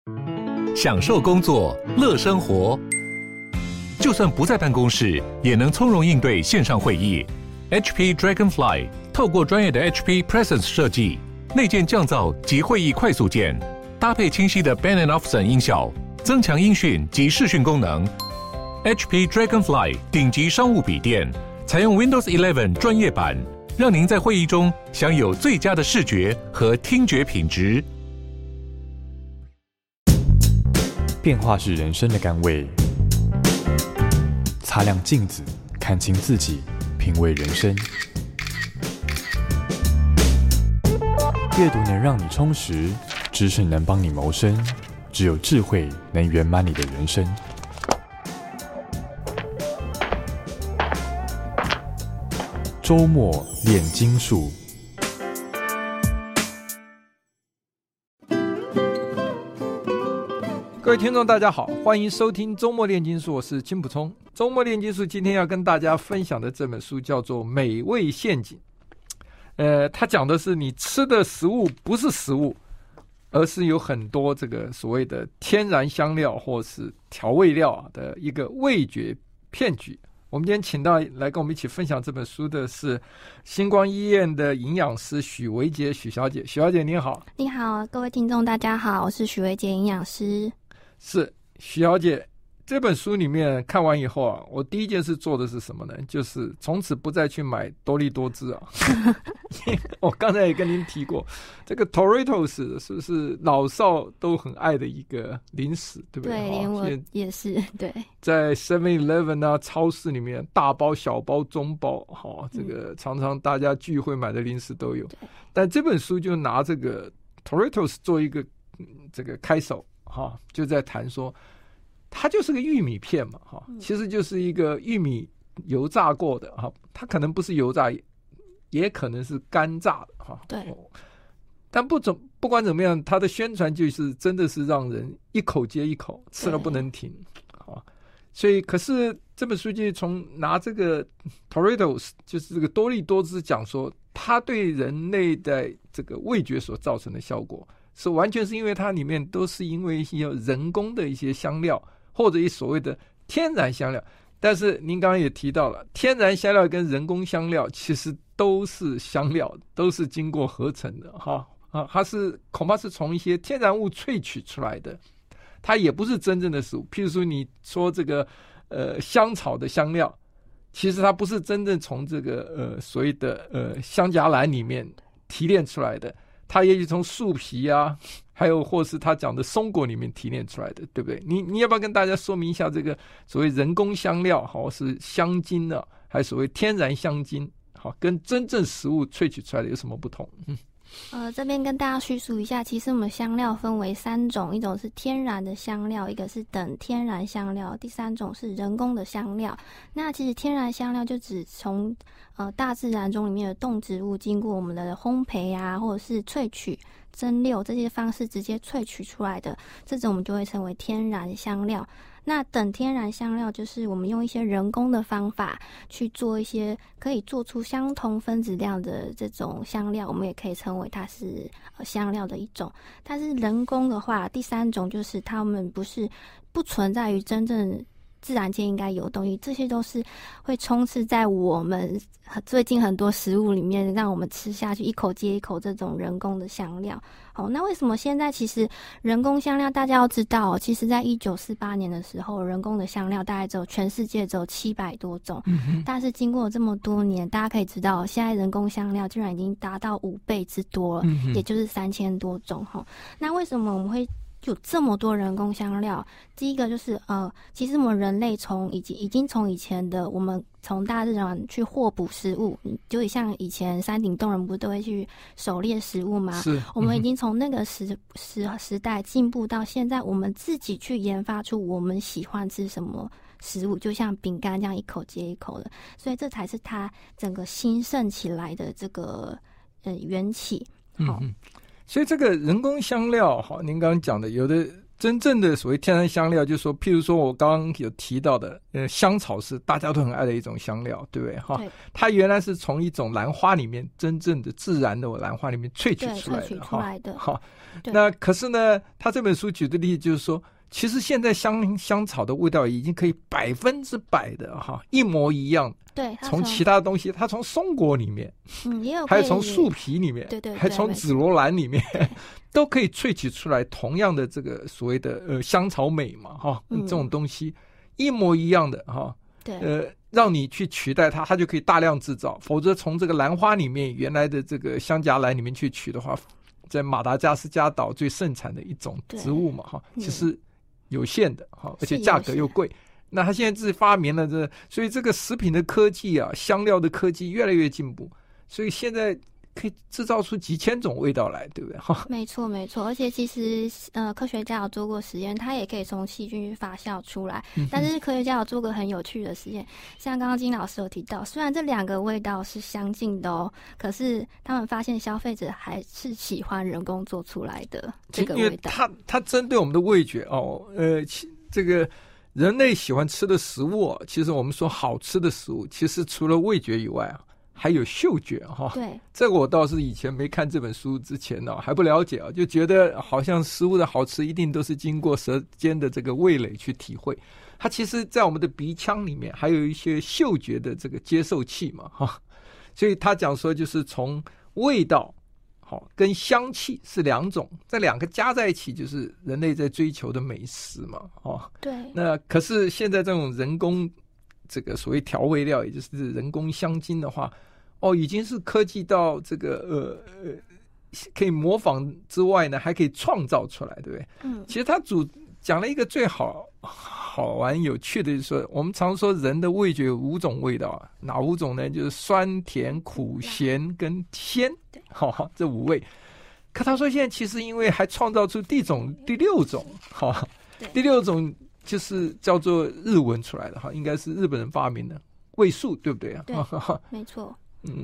享受工作，乐生活。就算不在办公室，也能从容应对线上会议。HP Dragonfly 透过专业的 HP Presence 设计，内建降噪及会议快速键，搭配清晰的 Bang & Olufsen 音效，增强音讯及视讯功能。HP Dragonfly 顶级商务笔电，采用 Windows 11专业版，让您在会议中享有最佳的视觉和听觉品质。 变化是人生的甘味，擦亮镜子，看清自己，品味人生。阅读能让你充实，知识能帮你谋生，只有智慧能圆满你的人生。周末炼金术。 各位听众大家好，欢迎收听周末炼金术，我是金补充。周末炼金术今天要跟大家分享的这本书叫做《美味陷阱》。它讲的是你吃的食物不是食物，而是有很多这个所谓的天然香料或是调味料的一个味觉骗局。我们今天请到来跟我们一起分享这本书的是星光医院的营养师许维杰许小姐。许小姐您好。 你好，各位听众大家好，我是许维杰营养师。 是许小姐，这本书里面看完以后啊，我第一件事做的是什么呢？就是从此不再去买多利多汁啊。我刚才也跟您提过，这个 Doritos 是不是老少都很爱的一个零食，对不对？ 对，连我也是。对， 在 7-Eleven 啊，超市里面大包、小包、中包，这个常常大家聚会买的零食都有。但这本书就拿这个 Doritos 做一个这个开首。就在谈说它就是个玉米片嘛，其实就是一个玉米油炸过的，它可能不是油炸，也可能是干炸的， 对。 但不管怎么样，它的宣传就是真的是让人一口接一口，吃了不能停。所以可是这本书就从拿这个 Doritos 就是这个多利多汁讲说它对人类的这个味觉所造成的效果，是完全是因为它里面都是因为一些人工的一些香料，或者一所谓的天然香料。但是您刚刚也提到了，天然香料跟人工香料其实都是香料，都是经过合成的它是恐怕是从一些天然物萃取出来的，它也不是真正的食物。譬如说你说这个香草的香料，其实它不是真正从这个所谓的香荚兰里面提炼出来的，它也许从树皮啊，还有或是他讲的松果里面提炼出来的，对不对？你要不要跟大家说明一下这个所谓人工香料或是香精啊，还有所谓天然香精，跟真正食物萃取出来的有什么不同？ 这边跟大家叙述一下，其实我们香料分为3种，一种是天然的香料，一个是等天然香料，第3种是人工的香料。那其实天然香料就只从大自然中里面的动植物经过我们的烘焙啊，或者是萃取、蒸馏这些方式直接萃取出来的，这种我们就会称为天然香料。那等天然香料就是我们用一些人工的方法去做一些可以做出相同分子量的这种香料，我们也可以称为它是香料的一种。但是人工的话，第3种就是它们不存在于真正自然界应该有的东西，这些都是会充斥在我们最近很多食物里面，让我们吃下去一口接一口这种人工的香料。那为什么现在其实人工香料大家要知道，其实在1948年的时候，人工的香料大概全世界只有700多种，但是经过这么多年，大家可以知道现在人工香料居然已经达到5倍之多了，也就是3000多种。那为什么我们会有这么多人工香料？第一个就是其实我们人类已经从以前的我们从大自然去获捕食物，就像以前山顶洞人不都会去狩猎食物吗？是，我们已经从那个时代进步到现在，我们自己去研发出我们喜欢吃什么食物，就像饼干这样一口接一口的，所以这才是它整个兴盛起来的这个缘起。 所以这个人工香料，您刚刚讲的，有的真正的所谓天然香料，就是说，譬如说我刚刚有提到的，香草是大家都很爱的一种香料，对不对？哈，它原来是从一种兰花里面真正的自然的兰花里面萃取出来的，哈。那可是呢，他这本书举的例子就是说，其实现在香草的味道已经可以100%的哈一模一样。 对， 从其他的东西，它从松果里面， 也有， 还有从树皮里面， 对， 还从紫罗兰里面，都可以萃取出来同样的这个所谓的香草美嘛，哈，这种东西一模一样的哈， 对， 让你去取代它就可以大量制造，否则从这个兰花里面原来的这个香荚兰里面去取的话，在马达加斯加岛最盛产的一种植物嘛，哈，其实有限的哈，而且价格又贵。那他现在自己发明了所以这个食品的科技啊，香料的科技越来越进步，所以现在可以制造出几千种味道来，对不对？哈， 没错没错。而且其实科学家有做过实验，它也可以从细菌去发酵出来。但是科学家有做过很有趣的实验，像刚刚金老师有提到，虽然这两个味道是相近的哦，可是他们发现消费者还是喜欢人工做出来的这个味道。 因为它针对我们的味觉哦，这个。人类喜欢吃的食物，其实我们说好吃的食物，其实除了味觉以外还有嗅觉哈。 对， 这个我倒是以前没看这本书之前还不了解就觉得好像食物的好吃一定都是经过舌尖的这个味蕾去体会。它其实在我们的鼻腔里面还有一些嗅觉的这个接受器嘛哈。所以他讲说就是从味道跟香气是两种，这两个加在一起就是人类在追求的美食嘛， 对。 那可是现在这种人工这个所谓调味料，也就是人工香精的话，已经是科技到这个可以模仿之外呢，还可以创造出来，对不对？其实他讲了一个最好玩有趣的，就是说我们常说人的味觉有5种味道，哪5种呢？就是酸甜苦咸跟鲜，这5味。可他说现在其实因为还创造出第6种，第6种就是叫做日文出来的应该是日本人发明的味素，对不对啊？ 对，没错。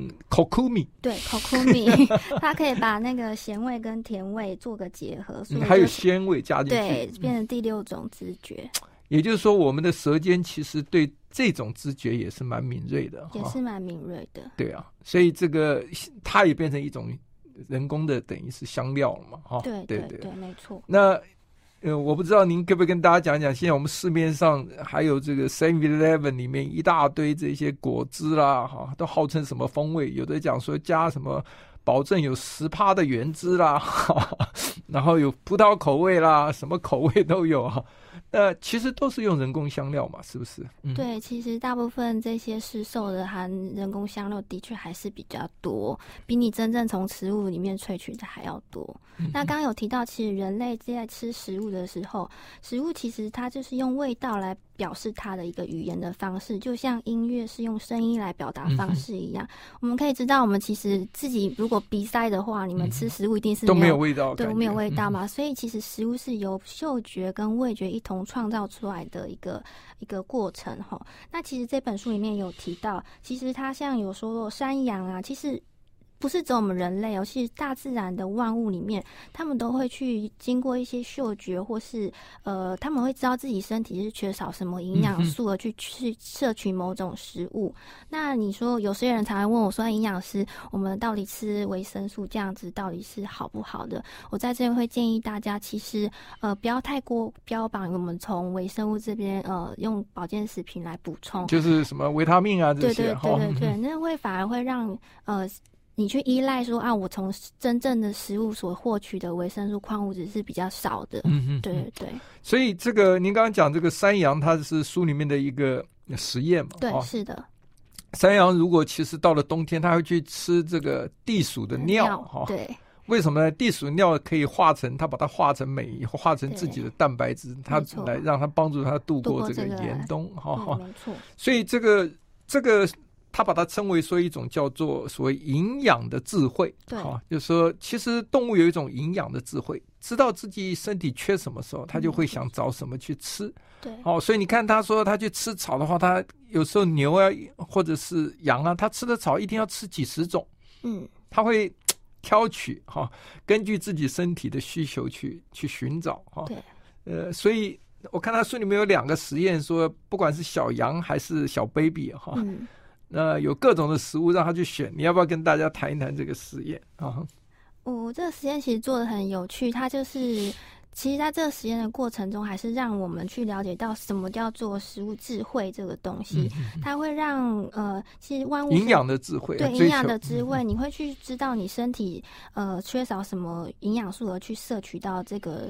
kokumi， 对 kokumi， 它可以把那个咸味跟甜味做个结合，所以还有鲜味加进去， 对，变成第6种知觉。 也就是说，我们的舌尖其实对这种知觉也是蛮敏锐的， 也是蛮敏锐的。 对啊，所以这个它也变成一种人工的，等于是香料了嘛， 对，没错。 那我不知道您可不可以跟大家讲讲，现在我们市面上还有这个 7-Eleven 里面一大堆这些果汁啦，都号称什么风味，有的讲说加什么保证有10%的原汁啦，然后有葡萄口味啦，什么口味都有其实都是用人工香料嘛，是不是？ 对，其实大部分这些市售的含人工香料的确还是比较多，比你真正从食物里面萃取的还要多。那刚刚有提到，其实人类在吃食物的时候，食物其实它就是用味道来表示它的一个语言的方式，就像音乐是用声音来表达方式一样。我们可以知道，我们其实自己如果鼻塞的话，你们吃食物一定是都没有味道， 对，没有味道嘛。所以其实食物是由嗅觉跟味觉一同创造出来的一个过程哈。那其实这本书里面有提到，其实它像有说山羊啊，其实不是只有我们人类其实大自然的万物里面，他们都会去经过一些嗅觉，或是他们会知道自己身体是缺少什么营养素，而去摄取某种食物。那你说有些人常常问我说，营养师，我们到底吃维生素这样子到底是好不好的？我在这边会建议大家，其实不要太过标榜我们从微生物这边用保健食品来补充， 就是什么维他命啊这些， 对，那会反而会让你去依赖说我从真正的食物所获取的维生素矿物质是比较少的。对。 所以这个您刚刚讲这个山羊，它是书里面的一个实验嘛？ 对，是的。 山羊如果其实到了冬天，它会去吃这个地鼠的尿， 对。 为什么呢？地鼠尿可以它把它化成镁以后，化成自己的蛋白质，它来让它帮助它度过这个严冬， 没错。 所以这个。他把它称为说一种叫做所谓营养的智慧， 对， 就是说其实动物有一种营养的智慧，知道自己身体缺什么时候，他就会想找什么去吃。 对， 所以你看他说他去吃草的话，他有时候牛啊或者是羊啊，他吃的草一天要吃几10种，他会挑取根据自己身体的需求去寻找对。 所以我看他书里面有2个实验，说不管是小羊还是小 baby 哈，那有各种的食物让他去选，你要不要跟大家谈一谈这个实验啊？ 这个实验其实做得很有趣，它就是其实在这个实验的过程中，还是让我们去了解到什么叫做食物智慧这个东西。它会让其实万物营养的智慧， 对营养的智慧，你会去知道你身体缺少什么营养素而去摄取到这个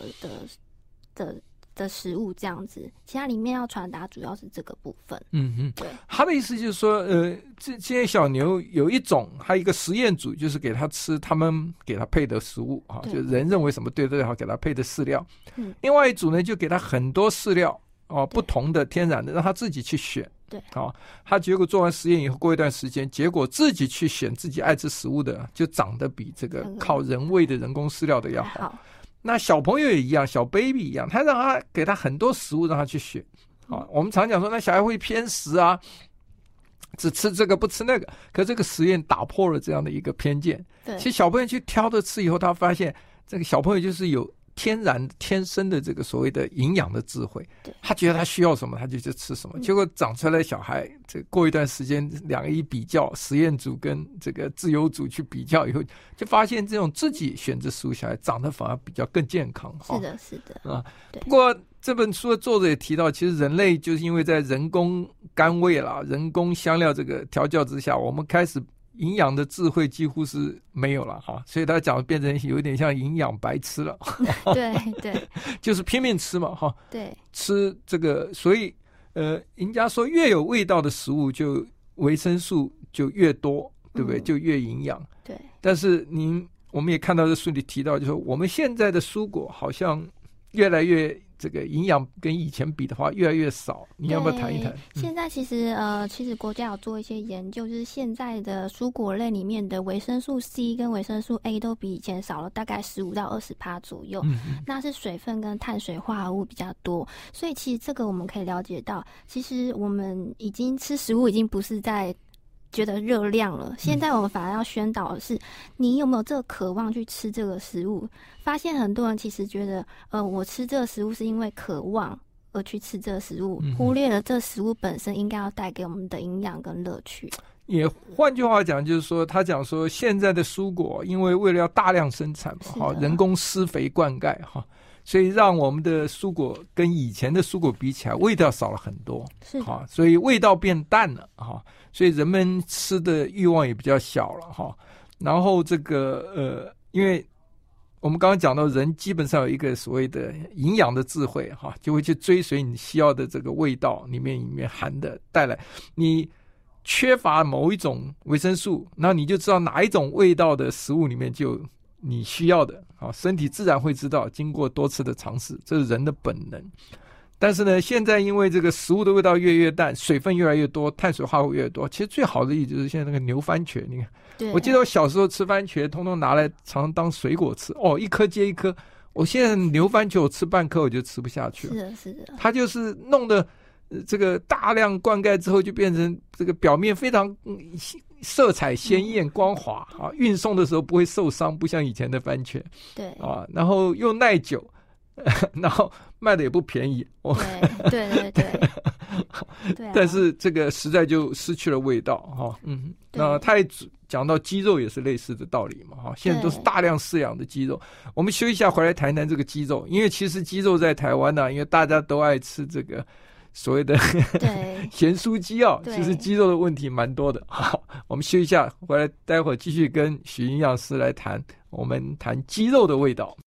的食物这样子，其他里面要传达主要是这个部分。对。 他的意思就是说，这些小牛有一种，还有一个实验组，就是给它吃他们给它配的食物啊，就人认为什么对最好，给它配的饲料。另外一组呢，就给它很多饲料哦，不同的天然的，让它自己去选。 对。 他结果做完实验以后，过一段时间，结果自己去选自己爱吃食物的，就长得比这个靠人喂的人工饲料的要好。那小朋友也一样，小 baby 一样，他让他给他很多食物让他去选我们常讲说那小孩会偏食啊，只吃这个不吃那个，可这个实验打破了这样的一个偏见。 对， 其实小朋友去挑着吃以后，他发现这个小朋友就是有天生的这个所谓的营养的智慧，他觉得他需要什么他就去吃什么，结果长出来的小孩，这过一段时间2个一比较，实验组跟这个自由组去比较以后，就发现这种自己选择食物小孩长得反而比较更健康。 是的啊。不过这本书的作者也提到，其实人类就是因为在人工甘味啦、人工香料这个调教之下，我们开始营养的智慧几乎是没有了哈，所以他讲变成有点像营养白痴了。 对， 就是拼命吃嘛哈。 对，吃这个，所以人家说越有味道的食物，就维生素就越多，对不对？就越营养。 对。但是我们也看到这书里提到，就是说我们现在的蔬果好像越来越这个营养跟以前比的话越来越少，你要不要谈一谈？ 现在其实国家有做一些研究，就是现在的蔬果类里面的维生素 C 跟维生素 A 都比以前少了大概15%到20%左右，那是水分跟碳水化合物比较多，所以其实这个我们可以了解到，其实我们已经吃食物已经不是在觉得热量了，现在我们反而要宣导的是你有没有这个渴望去吃这个食物。发现很多人其实觉得我吃这个食物是因为渴望而去吃这个食物，忽略了这食物本身应该要带给我们的营养跟乐趣。 也换句话讲，就是说他讲说现在的蔬果因为为了要大量生产嘛，人工施肥灌溉哈，所以让我们的蔬果跟以前的蔬果比起来味道少了很多，所以味道变淡了哈，所以人们吃的欲望也比较小了哈。然后这个因为我们刚刚讲到人基本上有一个所谓的营养的智慧哈，就会去追随你需要的这个味道里面含的带来，你缺乏某一种维生素，那你就知道哪一种味道的食物里面就你需要的，身体自然会知道，经过多次的尝试，这是人的本能。但是呢，现在因为这个食物的味道越来越淡，水分越来越多，碳水化合物越来越多，其实最好的例子就是现在那个牛番茄，你看，我记得我小时候吃番茄通通拿来常常当水果吃，一颗接一颗，我现在牛番茄我吃半颗我就吃不下去了。 是的， 它就是弄得这个大量灌溉之后就变成这个表面非常色彩鲜艳光滑啊，运送的时候不会受伤，不像以前的番茄。 对啊，然后又耐久，然后卖的也不便宜。 对。 但是这个实在就失去了味道哈。那他也讲到鸡肉也是类似的道理嘛哈。现在都是大量饲养的鸡肉。我们休息一下回来谈谈这个鸡肉，因为其实鸡肉在台湾呢，因为大家都爱吃这个所谓的咸酥鸡啊，其实鸡肉的问题蛮多的。好，我们休息一下，回来待会儿继续跟许营养师来谈，我们谈鸡肉的味道。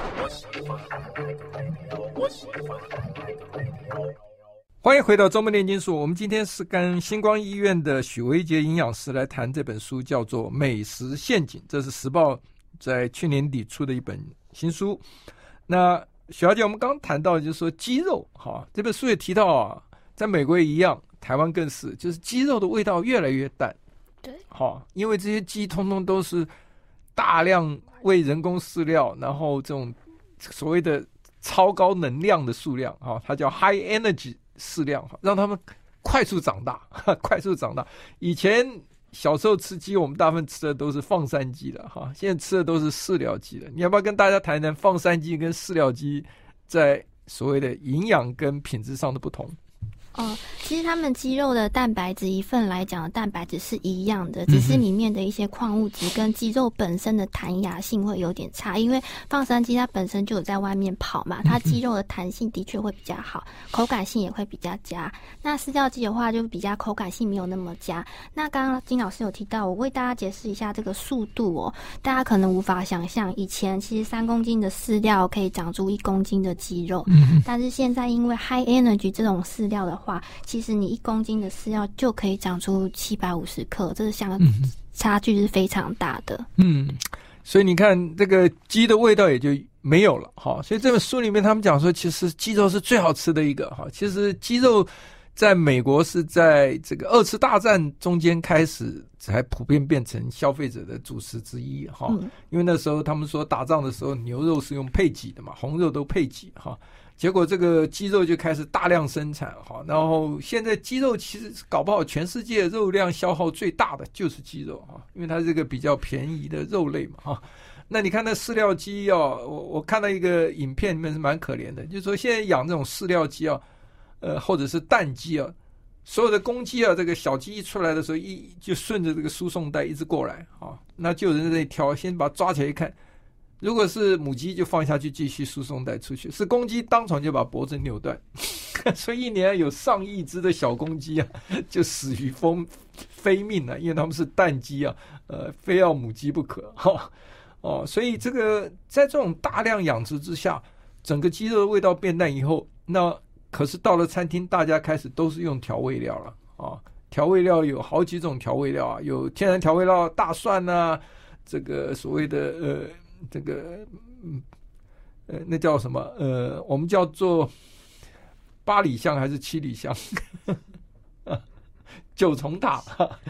欢迎回到周末炼金术，我们今天是跟星光医院的许维杰营养师来谈这本书，叫做《美食陷阱》，这是时报在去年底出的一本新书。那许小姐，我们刚谈到就是说鸡肉哈，这本书也提到啊，在美国也一样，台湾更是，就是鸡肉的味道越来越淡。 对， 好，因为这些鸡通通都是大量喂人工饲料，然后这种所谓的超高能量的数量啊，它叫 high energy 饲料，让他们快速长大，快速长大。以前小时候吃鸡，我们大部分吃的都是放山鸡的哈，现在吃的都是饲料鸡的。你要不要跟大家谈谈放山鸡跟饲料鸡在所谓的营养跟品质上的不同。 其实他们鸡肉的蛋白质一份来讲的蛋白质是一样的，只是里面的一些矿物质跟鸡肉本身的弹牙性会有点差，因为放山鸡它本身就有在外面跑嘛，它鸡肉的弹性的确会比较好，口感性也会比较佳。那饲料鸡的话就比较口感性没有那么佳。那刚刚金老师有提到，我为大家解释一下这个速度大家可能无法想象，以前其实3公斤的饲料可以长出1公斤的鸡肉，但是现在因为 high energy 这种饲料的话，其实你1公斤的饲料就可以长出750克，这是差距是非常大的。 所以你看这个鸡的味道也就没有了哈。所以这本书里面他们讲说，其实鸡肉是最好吃的一个哈。其实鸡肉在美国是在这个2次大战中间开始才普遍变成消费者的主食之一哈。因为那时候他们说打仗的时候牛肉是用配给的嘛，红肉都配给哈。结果这个鸡肉就开始大量生产哈，然后现在鸡肉其实搞不好全世界肉量消耗最大的就是鸡肉哈，因为它这个比较便宜的肉类嘛哈。那你看那饲料鸡我看到一个影片里面是蛮可怜的，就是说现在养这种饲料鸡或者是蛋鸡所有的公鸡这个小鸡一出来的时候就顺着这个输送带一直过来那就有人在那里挑，先把它抓起来一看，如果是母鸡就放下去继续输送带出去，是公鸡当场就把脖子扭断所以一年有上亿只的小公鸡就死于非命因为他们是蛋鸡非要母鸡不可所以这个在这种大量养殖之下，整个鸡肉的味道变淡以后，那可是到了餐厅大家开始都是用调味料了调味料有好几种调味料有天然调味料大蒜这个所谓的这个那叫什么我们叫做8里香还是7里香9重塔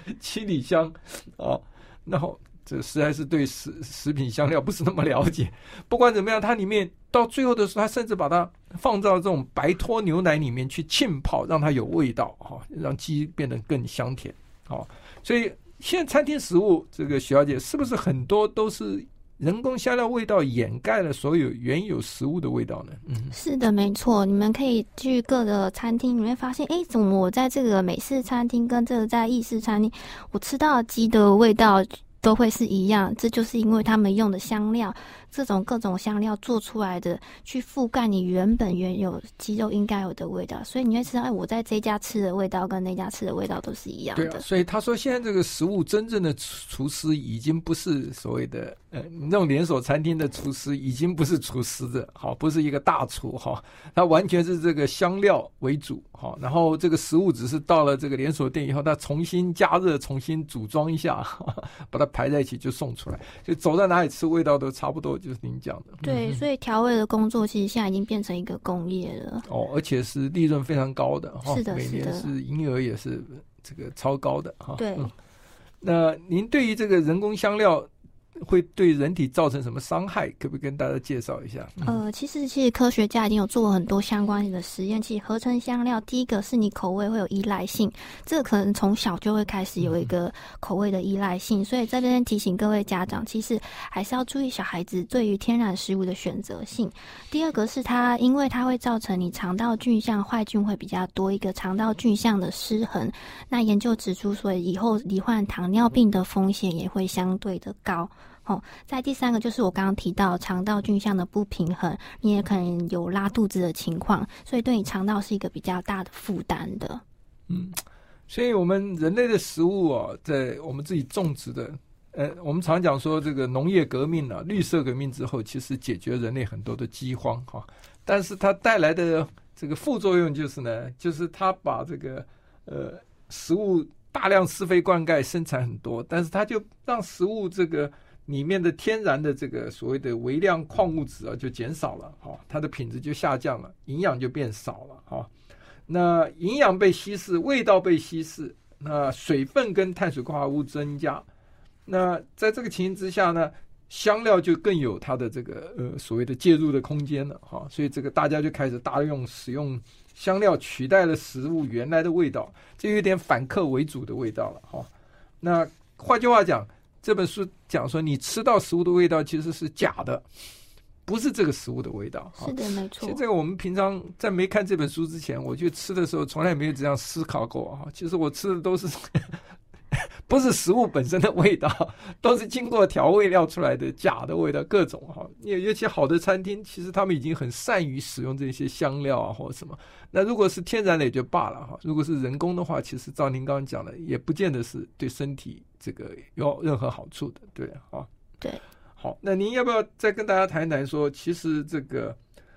7里香然后这实在是对食品香料不是那么了解。不管怎么样，它里面到最后的时候，它甚至把它放到这种白脱牛奶里面去浸泡，让它有味道让鸡变得更香甜所以现在餐厅食物，这个许小姐是不是很多都是人工香料味道掩盖了所有原有食物的味道呢？ 是的，没错。你们可以去各个餐厅，你会发现，怎么我在这个美式餐厅跟这个在意式餐厅，我吃到的鸡的味道都会是一样，这就是因为他们用的香料，这种各种香料做出来的，去覆盖你原有鸡肉应该有的味道，所以你会知道，我在这家吃的味道跟那家吃的味道都是一样的。 对所以他说现在这个食物真正的厨师已经不是所谓的那种连锁餐厅的厨师，已经不是厨师的不是一个大厨他完全是这个香料为主然后这个食物只是到了这个连锁店以后，他重新加热重新组装一下把它排在一起就送出来，就走到哪里吃味道都差不多，就是您讲的。 对所以调味的工作其实现在已经变成一个工业了而且是利润非常高的是的， 每年是营业额也是这个超高的对那您对于这个人工香料会对人体造成什么伤害，可不可以跟大家介绍一下？ 其实科学家已经有做过很多相关的实验。其实合成香料，第一个是你口味会有依赖性，这个可能从小就会开始有一个口味的依赖性，所以在这边提醒各位家长，其实还是要注意小孩子对于天然食物的选择性。第二个是因为它会造成你肠道菌相坏菌会比较多，一个肠道菌相的失衡。那研究指出，所以以后罹患糖尿病的风险也会相对的高。在第三个就是我刚刚提到肠道菌相的不平衡，你也可能有拉肚子的情况，所以对你肠道是一个比较大的负担的。 所以我们人类的食物在我们自己种植的我们常讲说这个农业革命绿色革命之后，其实解决人类很多的饥荒但是它带来的这个副作用就是呢，就是它把这个食物大量施肥灌溉生产很多，但是它就让食物这个里面的天然的这个所谓的微量矿物质就减少了它的品质就下降了，营养就变少了那营养被稀释，味道被稀释，那水分跟碳水化合物增加，那在这个情形之下呢，香料就更有它的这个所谓的介入的空间了所以这个大家就开始大量使用香料取代了食物原来的味道，这有点反客为主的味道了那换句话讲，这本书讲说你吃到食物的味道其实是假的， 不是这个食物的味道。 是的，没错。 其实这个我们平常在没看这本书之前，我去吃的时候从来没有这样思考过哈。其实我吃的都是不是食物本身的味道，都是经过调味料出来的假的味道，各种哈。尤其好的餐厅，其实他们已经很善于使用这些香料啊或者什么。那如果是天然的也就罢了哈，如果是人工的话，其实照您刚刚讲的，也不见得是对身体这个有任何好处的，对啊。 对。 好，那您要不要再跟大家谈一谈说，其实这个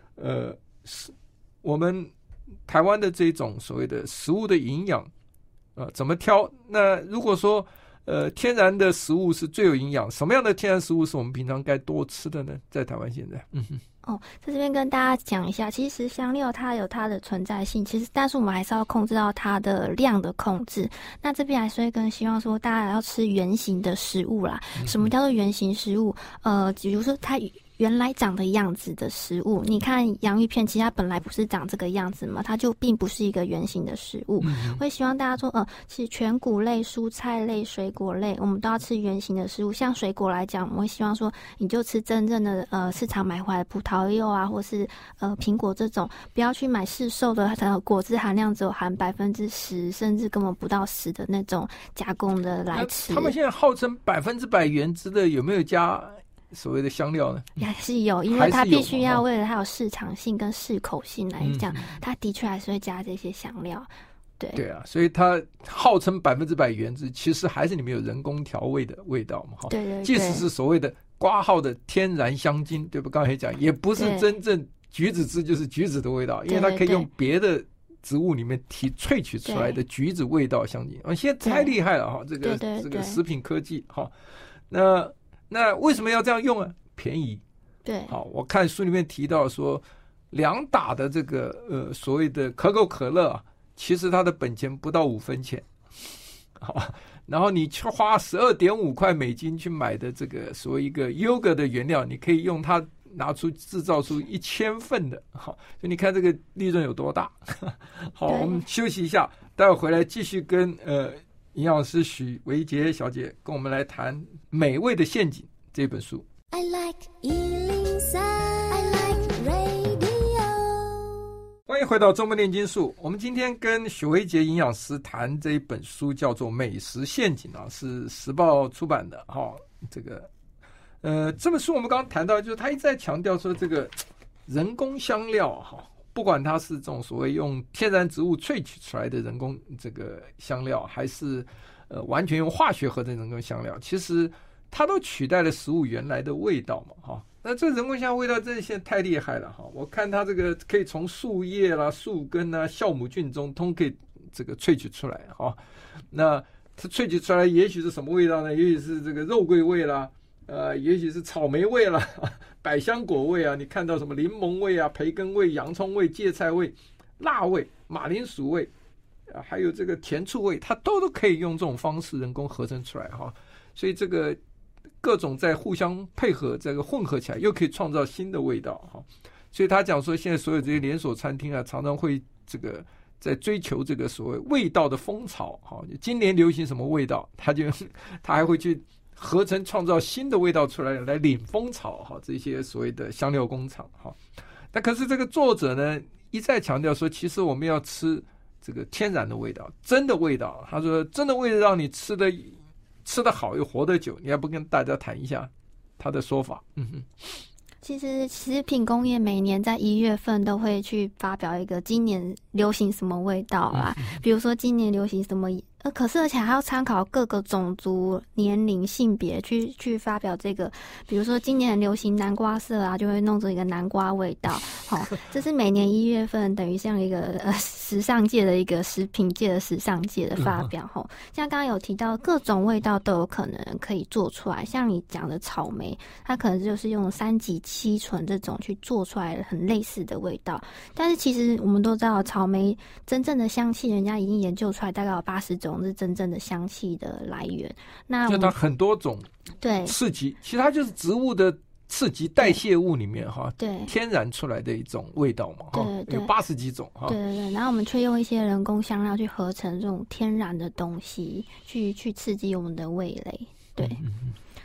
我们台湾的这种所谓的食物的营养怎么挑？那如果说天然的食物是最有营养，什么样的天然食物是我们平常该多吃的呢？在台湾现在， 在这边跟大家讲一下，其实香料它有它的存在性，其实但是我们还是要控制到它的量的控制。那这边还是会更希望说大家要吃原型的食物啦。什么叫做原型食物？比如说它原来长的样子的食物，你看洋芋片，其实它本来不是长这个样子嘛，它就并不是一个原型的食物。会希望大家说，其实全谷类、蔬菜类、水果类，我们都要吃原型的食物。像水果来讲，我们会希望说，你就吃真正的市场买回来的葡萄柚啊，或是苹果这种，不要去买市售的果汁含量只有含10%，甚至根本不到10%的那种加工的来吃。 他们现在号称100%原汁的，有没有加所谓的香料呢？ 也是有，因为它必须要为了它有市场性跟适口性来讲，它的确还是会加这些香料。对啊，所以它号称100%原汁，其实还是里面有人工调味的味道嘛。 对， 即使是所谓的挂号的天然香精，对不？刚才讲也不是真正橘子汁就是橘子的味道，因为它可以用别的植物里面萃取出来的橘子味道香精。现在太厉害了哈，这个食品科技哈。那为什么要这样用啊？便宜。 对， 好，我看书里面提到说，2打的这个所谓的可口可乐啊，其实它的本钱不到5分钱，好，然后你去花12.5块美金去买的这个所谓一个 yogurt 的原料，你可以用它制造出1000份的，好，所以你看这个利润有多大。好，我们休息一下，待会回来继续跟营养师许维杰小姐跟我们来谈《美味的陷阱》这本书。 I like 103, I like radio。 欢迎回到周末炼金术。我们今天跟许维杰营养师谈这一本书，叫做《美食陷阱》啊，是时报出版的哈。这个这本书我们刚刚谈到，就是他一直在强调说，这个人工香料哈，不管它是这种所谓用天然植物萃取出来的人工这个香料，还是完全用化学合成人工香料，其实它都取代了食物原来的味道嘛，哈。那这人工香料味道真的现在太厉害了哈！我看它这个可以从树叶啦、树根啊、酵母菌中可以这个萃取出来哈。那它萃取出来也许是什么味道呢？也许是这个肉桂味啦，也许是草莓味啦、百香果味啊，你看到什么柠檬味啊、培根味、洋葱味、芥菜味、辣味、马铃薯味还有这个甜醋味，它都可以用这种方式人工合成出来哈。所以这个各种在互相配合，这个混合起来，又可以创造新的味道哈。所以他讲说，现在所有这些连锁餐厅啊，常常会这个在追求这个所谓味道的风潮哈。今年流行什么味道，他还会去合成创造新的味道出来，来领风潮哈。这些所谓的香料工厂哈。但可是这个作者呢，一再强调说，其实我们要吃这个天然的味道，真的味道。他说，真的味道让你吃得好又活得久，你要不跟大家谈一下他的说法？ 其实食品工业每年在1月份都会去发表一个今年流行什么味道啦，比如说今年流行什么，可是而且还要参考各个种族、年龄、性别去发表这个，比如说今年流行南瓜色啊，就会弄出一个南瓜味道。这是每年1月份等于像一个时尚界的一个食品界的时尚界的发表。像刚刚有提到各种味道都有可能可以做出来，像你讲的草莓，它可能就是用3级7醇这种去做出来很类似的味道。但是其实我们都知道，草莓真正的香气，人家已经研究出来大概有80种是真正的香气的来源。那就它很多种刺激，其实它就是植物的刺激代谢物里面哈，对，天然出来的一种味道嘛，对，有80几种哈。 对，然后我们却用一些人工香料去合成这种天然的东西，去刺激我们的味蕾，对。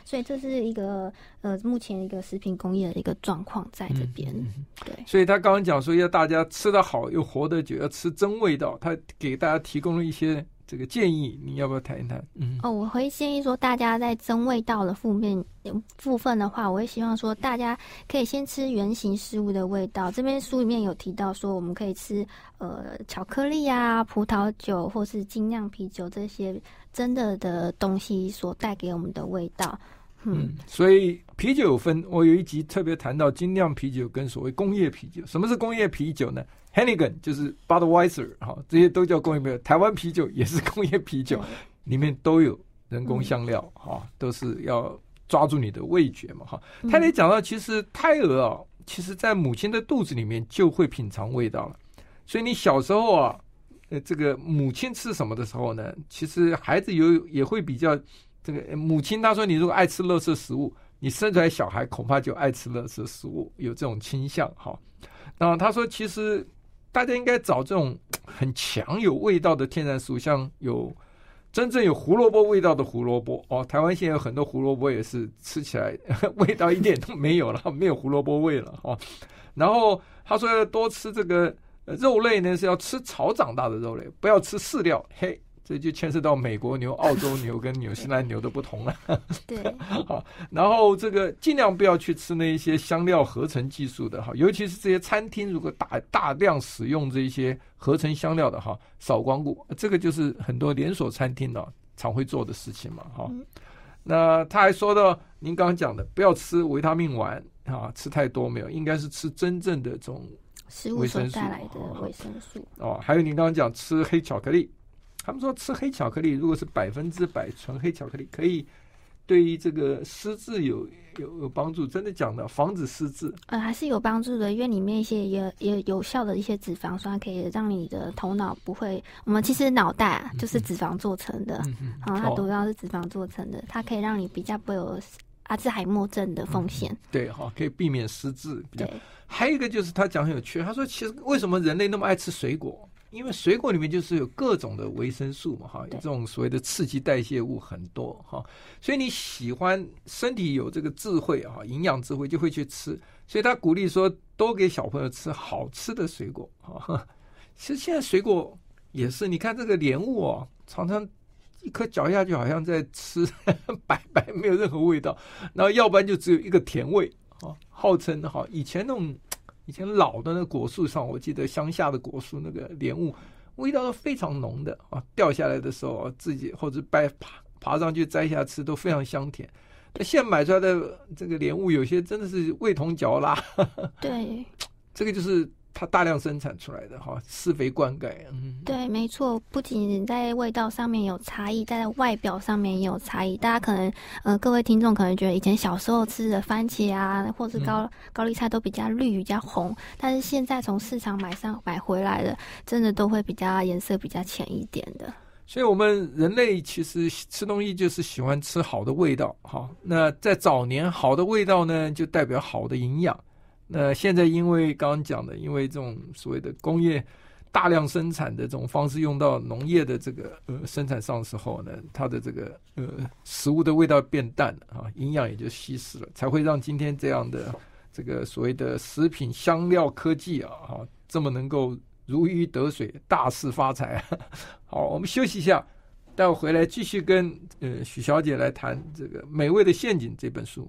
所以这是一个目前一个食品工业的一个状况在这边。对， 所以他刚刚讲说要大家吃得好又活得久，要吃真味道，他给大家提供了一些这个建议，你要不要谈一谈？ 我会建议说，大家在增味道的部分的话，我会希望说，大家可以先吃原型食物的味道。这边书里面有提到说，我们可以吃巧克力啊、葡萄酒或是精酿啤酒这些真的东西所带给我们的味道。 所以啤酒有分，我有一集特别谈到精酿啤酒跟所谓工业啤酒。什么是工业啤酒呢？Heineken 就是 Budweiser 这些都叫工业啤酒。台湾啤酒也是工业啤酒，里面都有人工香料都是要抓住你的味觉嘛他也讲到，其实胎儿其实在母亲的肚子里面就会品尝味道了。所以你小时候这个母亲吃什么的时候呢，其实孩子也会比较这个母亲她说，你如果爱吃垃圾食物，你生出来小孩恐怕就爱吃垃圾食物，有这种倾向然后他说，其实大家应该找这种很强有味道的天然食物，像真正有胡萝卜味道的胡萝卜台湾现在有很多胡萝卜也是吃起来味道一点都没有了，没有胡萝卜味了然后他说要多吃这个肉类呢，是要吃草长大的肉类，不要吃饲料。这就牵涉到美国牛、澳洲牛跟纽西兰牛的不同了。 对， 好，然后这个尽量不要去吃那一些香料合成技术的尤其是这些餐厅如果大量使用这些合成香料的少光顾，这个就是很多连锁餐厅常会做的事情嘛那他还说到您刚刚讲的，不要吃维他命丸吃太多没有，应该是吃真正的这种食物所带来的维生素还有您刚刚讲吃黑巧克力。他们说吃黑巧克力，如果是100%纯黑巧克力，可以对于这个失智有帮助，真的讲的防止失智。 还是有帮助的，因为里面一些也有效的一些脂肪酸，可以让你的头脑不会。我们其实脑袋就是脂肪做成的，它主要是脂肪做成的，它可以让你比较不会有阿兹海默症的风险。 对可以避免失智。 对， 还有一个就是他讲很有趣，他说其实为什么人类那么爱吃水果？因为水果里面就是有各种的维生素嘛有这种所谓的刺激代谢物很多所以你喜欢身体有这个智慧营养智慧就会去吃，所以他鼓励说多给小朋友吃好吃的水果其实现在水果也是，你看这个莲雾常常一颗嚼下去好像在吃白白没有任何味道，然后要不然就只有一个甜味号称以前老的那个果树上，我记得乡下的果树那个莲雾味道都非常浓的掉下来的时候自己或者爬上去摘下吃都非常香甜。那现在买出来的这个莲雾有些真的是味同嚼蜡对， 这个就是它大量生产出来的施肥灌溉对，没错，不仅在味道上面有差异，在外表上面也有差异。大家可能各位听众可能觉得以前小时候吃的番茄或是高丽菜都比较绿比较红，但是现在从市场买回来的真的都会比较颜色比较浅一点的。 所以我们人类其实吃东西就是喜欢吃好的味道那在早年好的味道呢就代表好的营养，那现在因为刚刚讲的，因为这种所谓的工业大量生产的这种方式用到农业的这个生产上的时候呢，它的这个食物的味道变淡了营养也就稀释了，才会让今天这样的这个所谓的食品香料科技这么能够如鱼得水，大肆发财好，我们休息一下，待会回来继续跟许小姐来谈这个《美味的陷阱》这本书。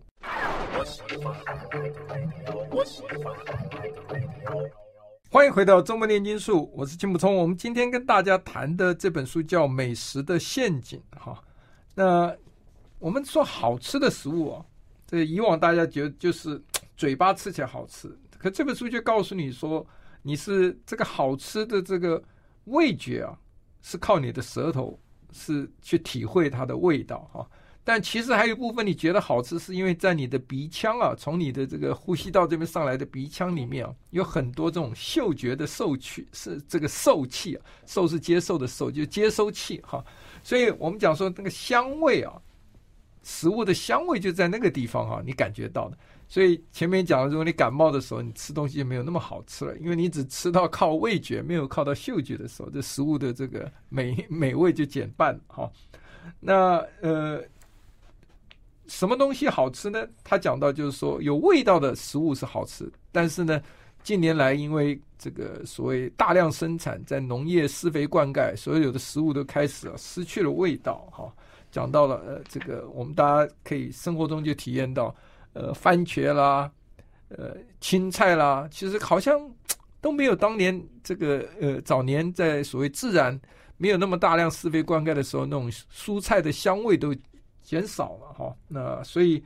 欢迎回到中国炼金术，我是金补充。我们今天跟大家谈的这本书叫《美食的陷阱》那我们说好吃的食物这以往大家觉得就是嘴巴吃起来好吃，可这本书就告诉你说，你是这个好吃的这个味觉是靠你的舌头是去体会它的味道但其实还有一部分你觉得好吃，是因为在你的鼻腔从你的这个呼吸道这边上来的鼻腔里面有很多这种嗅觉的受器，是这个受器受是接受的受，就接收器所以我们讲说那个香味食物的香味就在那个地方你感觉到的。所以前面讲了，如果你感冒的时候，你吃东西就没有那么好吃了，因为你只吃到靠味觉，没有靠到嗅觉的时候，这食物的这个美味就减半那什么东西好吃呢？他讲到就是说，有味道的食物是好吃，但是呢，近年来因为这个所谓大量生产，在农业施肥灌溉，所有的食物都开始失去了味道哈。讲到了这个我们大家可以生活中就体验到，番茄啦，青菜啦，其实好像都没有当年这个早年在所谓自然没有那么大量施肥灌溉的时候，那种蔬菜的香味都减少了哈。那所以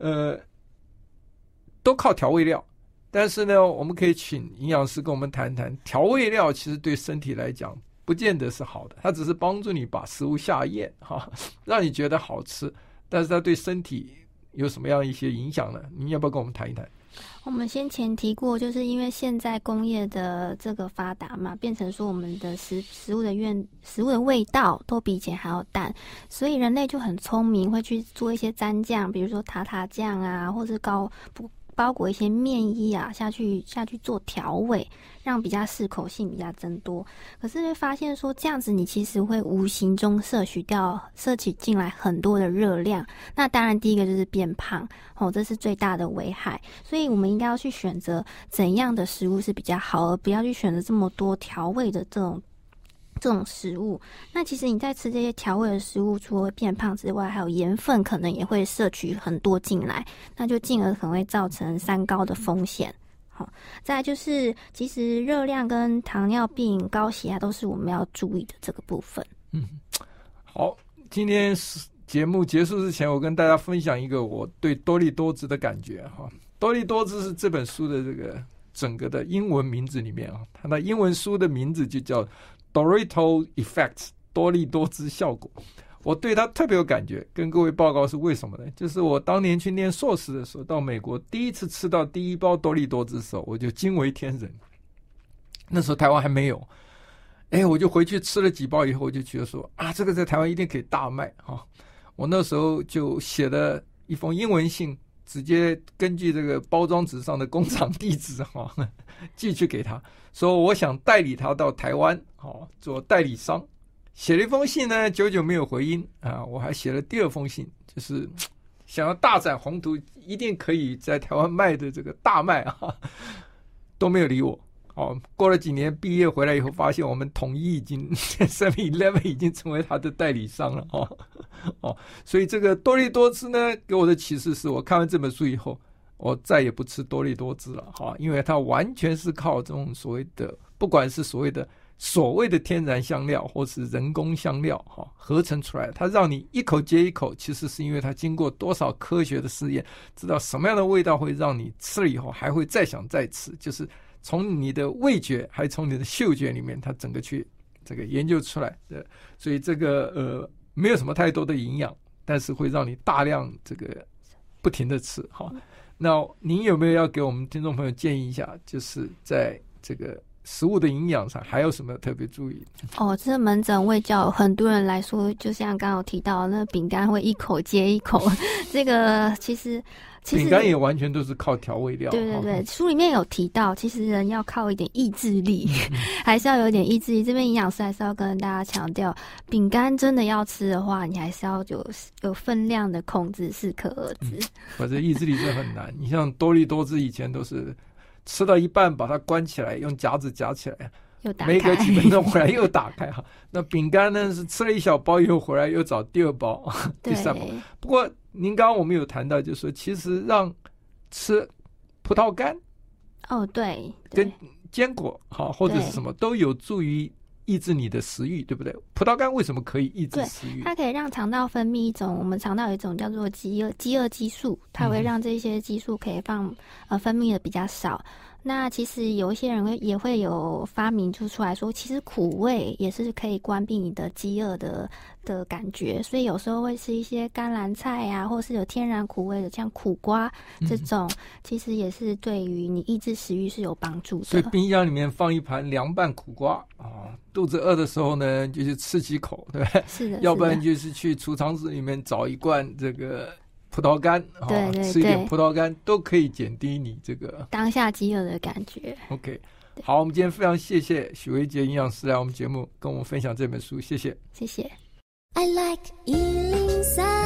都靠调味料。但是呢，我们可以请营养师跟我们谈谈，调味料其实对身体来讲不见得是好的，它只是帮助你把食物下咽哈，让你觉得好吃，但是它对身体有什么样一些影响呢？您要不要跟我们谈一谈？ 我们先前提过，就是因为现在工业的这个发达嘛，变成说我们的食物的味道都比以前还要淡，所以人类就很聪明，会去做一些蘸酱，比如说塔塔酱啊，或是包裹一些面衣啊下去做调味，让比较适口性比较增多。可是会发现说这样子你其实会无形中摄取进来很多的热量，那当然第一个就是变胖这是最大的危害。所以我们应该要去选择怎样的食物是比较好，而不要去选择这么多调味的这种食物。那其实你在吃这些调味的食物，除了变胖之外，还有盐分可能也会摄取很多进来，那就进而可能会造成三高的风险。好，再来就是其实热量跟糖尿病、高血压都是我们要注意的这个部分。 好，今天节目结束之前，我跟大家分享一个我对多利多汁的感觉哈。多利多汁是这本书的这个整个的英文名字里面啊，它的英文书的名字就叫Dorito Effect 多利多汁效果。我对它特别有感觉，跟各位报告是为什么呢？就是我当年去念硕士的时候，到美国第一次吃到第一包多利多汁的时候，我就惊为天人。那时候台湾还没有，我就回去吃了几包以后，我就觉得说这个在台湾一定可以大卖啊！我那时候就写了一封英文信，直接根据这个包装纸上的工厂地址寄去给他，说我想代理他到台湾做代理商。写了一封信呢，久久没有回音我还写了第二封信，就是想要大展宏图，一定可以在台湾卖的这个大卖都没有理我。过了几年毕业回来以后，发现我们统一已经 7-Eleven 已经成为他的代理商了所以这个多利多汁呢，给我的启示是我看完这本书以后，我再也不吃多利多汁了因为它完全是靠这种所谓的，不管是所谓的天然香料或是人工香料合成出来，它让你一口接一口，其实是因为它经过多少科学的试验，知道什么样的味道会让你吃了以后还会再想再吃，就是从你的味觉还从你的嗅觉里面，它整个去这个研究出来的。所以这个没有什么太多的营养，但是会让你大量这个不停的吃那您有没有要给我们听众朋友建议一下，就是在这个食物的营养上还有什么特别注意？ 这门诊卫教很多人来说，就像刚刚有提到，那饼干会一口接一口，这个其实饼干也完全都是靠调味料。 对，书里面有提到，其实人要靠一点意志力，还是要有点意志力。这边营养师还是要跟大家强调，饼干真的要吃的话，你还是要有分量的控制，适可而止。 反正意志力是很难。你像多利多汁以前都是吃到一半把它关起来，用夹子夹起来，没隔几分钟回来又打开那饼干呢是吃了一小包以后回来又找第二包第三包。不过您刚刚我们有谈到，就是说其实让吃葡萄干对， 跟坚果或者是什么都有助于抑制你的食欲，对不对？葡萄干为什么可以抑制食欲？ 它可以让肠道分泌一种，我们肠道有一种叫做饥饿激素，它会让这些激素可以分泌的比较少。那其实有一些人也会有发明出来说，其实苦味也是可以关闭你的饥饿的感觉，所以有时候会吃一些甘蓝菜啊，或是有天然苦味的，像苦瓜这种，其实也是对于你抑制食欲是有帮助的。 所以冰箱里面放一盘凉拌苦瓜肚子饿的时候呢，就去吃几口，对吧？ 是的。 要不然就是去储藏室里面找一罐这个葡萄干， 对， 吃一点葡萄干都可以减低你这个当下饥饿的感觉。 OK， 好，我们今天非常谢谢许维杰营养师来我们节目跟我们分享这本书，谢谢。 谢谢。 I like 103